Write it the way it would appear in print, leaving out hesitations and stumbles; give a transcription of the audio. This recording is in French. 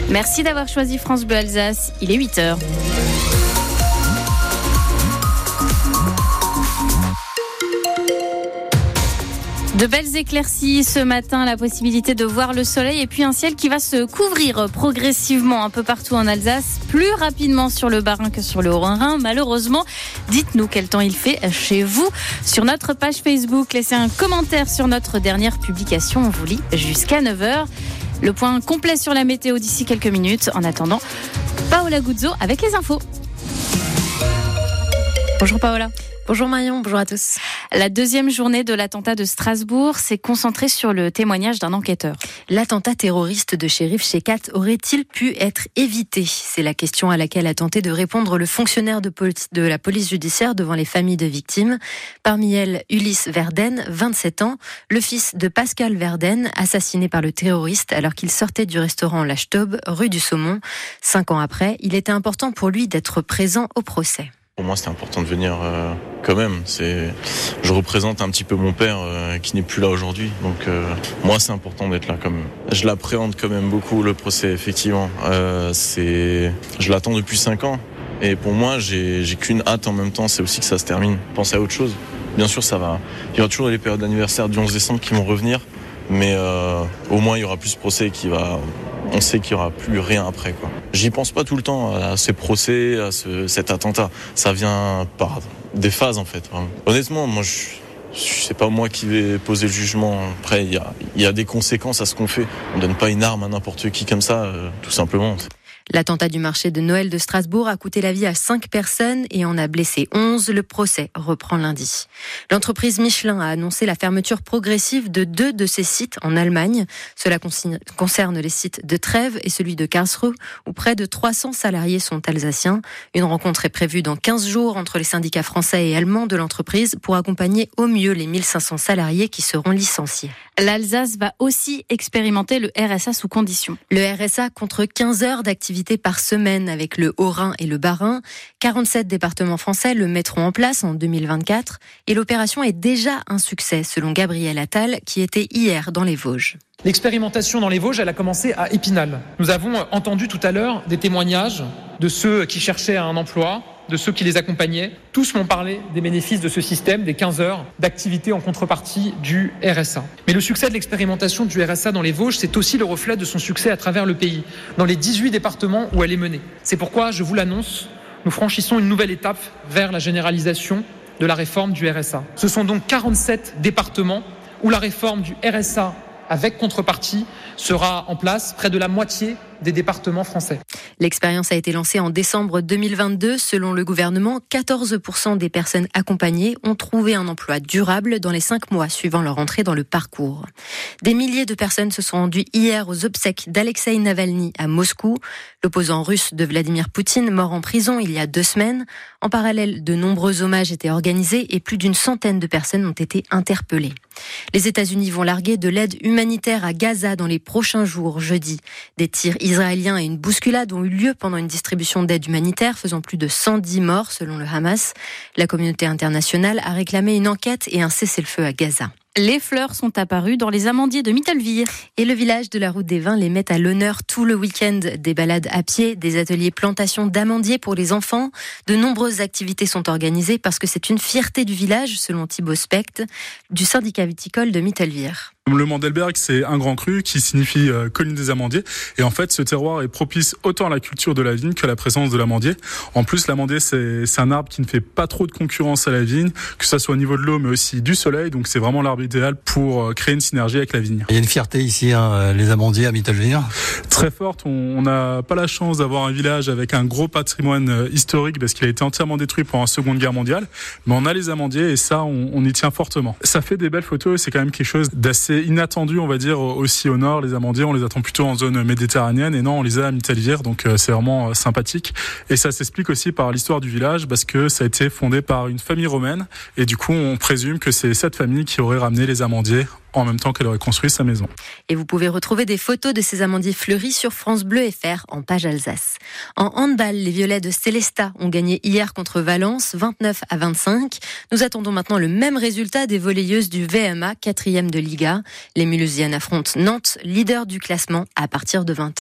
Merci d'avoir choisi France Bleu Alsace. Il est 8h. De belles éclaircies ce matin, la possibilité de voir le soleil et puis un ciel qui va se couvrir progressivement un peu partout en Alsace, plus rapidement sur le Bas-Rhin que sur le Haut-Rhin. Malheureusement, dites-nous quel temps il fait chez vous. Sur notre page Facebook, laissez un commentaire sur notre dernière publication. On vous lit jusqu'à 9h. Le point complet sur la météo d'ici quelques minutes. En attendant, Paola Guzzo avec les infos. Bonjour Paola. Bonjour Marion, bonjour à tous. La deuxième journée de l'attentat de Strasbourg s'est concentrée sur le témoignage d'un enquêteur. L'attentat terroriste de Sheriff Shekat aurait-il pu être évité ? C'est la question à laquelle a tenté de répondre le fonctionnaire de la police judiciaire devant les familles de victimes. Parmi elles, Ulysse Verden, 27 ans, le fils de Pascal Verden, assassiné par le terroriste alors qu'il sortait du restaurant La Staub, rue du Saumon. 5 ans après, il était important pour lui d'être présent au procès. Pour moi, c'était important de venir quand même. Je représente un petit peu mon père qui n'est plus là aujourd'hui. Donc moi, c'est important d'être là quand même. Je l'appréhende quand même beaucoup, le procès, effectivement. Je l'attends depuis 5 ans. Et pour moi, j'ai qu'une hâte en même temps, c'est aussi que ça se termine. Penser à autre chose. Bien sûr, ça va. Il y aura toujours les périodes d'anniversaire du 11 décembre qui vont revenir. Mais au moins, il y aura plus ce procès qui va... On sait qu'il n'y aura plus rien après, quoi. J'y pense pas tout le temps à ces procès, à cet attentat. Ça vient par des phases, en fait. Vraiment. Honnêtement, moi, c'est pas moi qui vais poser le jugement. Après, il y a des conséquences à ce qu'on fait. On donne pas une arme à n'importe qui comme ça, tout simplement. L'attentat du marché de Noël de Strasbourg a coûté la vie à 5 personnes et en a blessé 11. Le procès reprend lundi. L'entreprise Michelin a annoncé la fermeture progressive de 2 de ses sites en Allemagne. Cela concerne les sites de Trèves et celui de Karlsruhe, où près de 300 salariés sont alsaciens. Une rencontre est prévue dans 15 jours entre les syndicats français et allemands de l'entreprise pour accompagner au mieux les 1500 salariés qui seront licenciés. L'Alsace va aussi expérimenter le RSA sous conditions. Le RSA contre 15 heures d'activité par semaine avec le Haut-Rhin et le Bas-Rhin. 47 départements français le mettront en place en 2024 et l'opération est déjà un succès selon Gabriel Attal qui était hier dans les Vosges. L'expérimentation dans les Vosges, elle a commencé à Épinal. Nous avons entendu tout à l'heure des témoignages de ceux qui cherchaient un emploi, de ceux qui les accompagnaient. Tous m'ont parlé des bénéfices de ce système, des 15 heures d'activité en contrepartie du RSA. Mais le succès de l'expérimentation du RSA dans les Vosges, c'est aussi le reflet de son succès à travers le pays, dans les 18 départements où elle est menée. C'est pourquoi, je vous l'annonce, nous franchissons une nouvelle étape vers la généralisation de la réforme du RSA. Ce sont donc 47 départements où la réforme du RSA avec contrepartie sera en place, près de la moitié des départements français. L'expérience a été lancée en décembre 2022. Selon le gouvernement, 14% des personnes accompagnées ont trouvé un emploi durable dans les 5 mois suivant leur entrée dans le parcours. Des milliers de personnes se sont rendues hier aux obsèques d'Alexeï Navalny à Moscou, l'opposant russe de Vladimir Poutine, mort en prison il y a 2 semaines. En parallèle, de nombreux hommages étaient organisés et plus d'une centaine de personnes ont été interpellées. Les États-Unis vont larguer de l'aide humanitaire à Gaza dans les prochains jours, jeudi. Des tirs israéliens et une bousculade ont eu lieu pendant une distribution d'aide humanitaire, faisant plus de 110 morts selon le Hamas. La communauté internationale a réclamé une enquête et un cessez-le-feu à Gaza. Les fleurs sont apparues dans les amandiers de Mittelwihr. Et le village de la Route des Vins les met à l'honneur tout le week-end. Des balades à pied, des ateliers plantation d'amandiers pour les enfants. De nombreuses activités sont organisées parce que c'est une fierté du village, selon Thibaut Specht, du syndicat viticole de Mittelwihr. Le Mandelberg, c'est un grand cru qui signifie colline des amandiers. Et en fait, ce terroir est propice autant à la culture de la vigne que la présence de l'amandier. En plus, l'amandier, c'est un arbre qui ne fait pas trop de concurrence à la vigne, que ça soit au niveau de l'eau, mais aussi du soleil. Donc, c'est vraiment l'arbre idéal pour créer une synergie avec la vigne. Il y a une fierté ici, les amandiers à Mittelwihr. Très forte. On n'a pas la chance d'avoir un village avec un gros patrimoine historique parce qu'il a été entièrement détruit pendant la Seconde Guerre mondiale. Mais on a les amandiers et ça, on y tient fortement. Ça fait des belles photos et c'est quand même quelque chose d'assez inattendu, on va dire, aussi au nord. Les amandiers, on les attend plutôt en zone méditerranéenne et non, on les a à Mittelwihr, donc c'est vraiment sympathique. Et ça s'explique aussi par l'histoire du village parce que ça a été fondé par une famille romaine et du coup, on présume que c'est cette famille qui aurait ramené les amandiers en même temps qu'elle aurait construit sa maison. Et vous pouvez retrouver des photos de ces amandiers fleuris sur France Bleu FR en page Alsace. En handball, les Violets de Célestat ont gagné hier contre Valence, 29-25. Nous attendons maintenant le même résultat des volleyeuses du VMA, 4e de Liga. Les Mulhousiennes affrontent Nantes, leader du classement, à partir de 20h.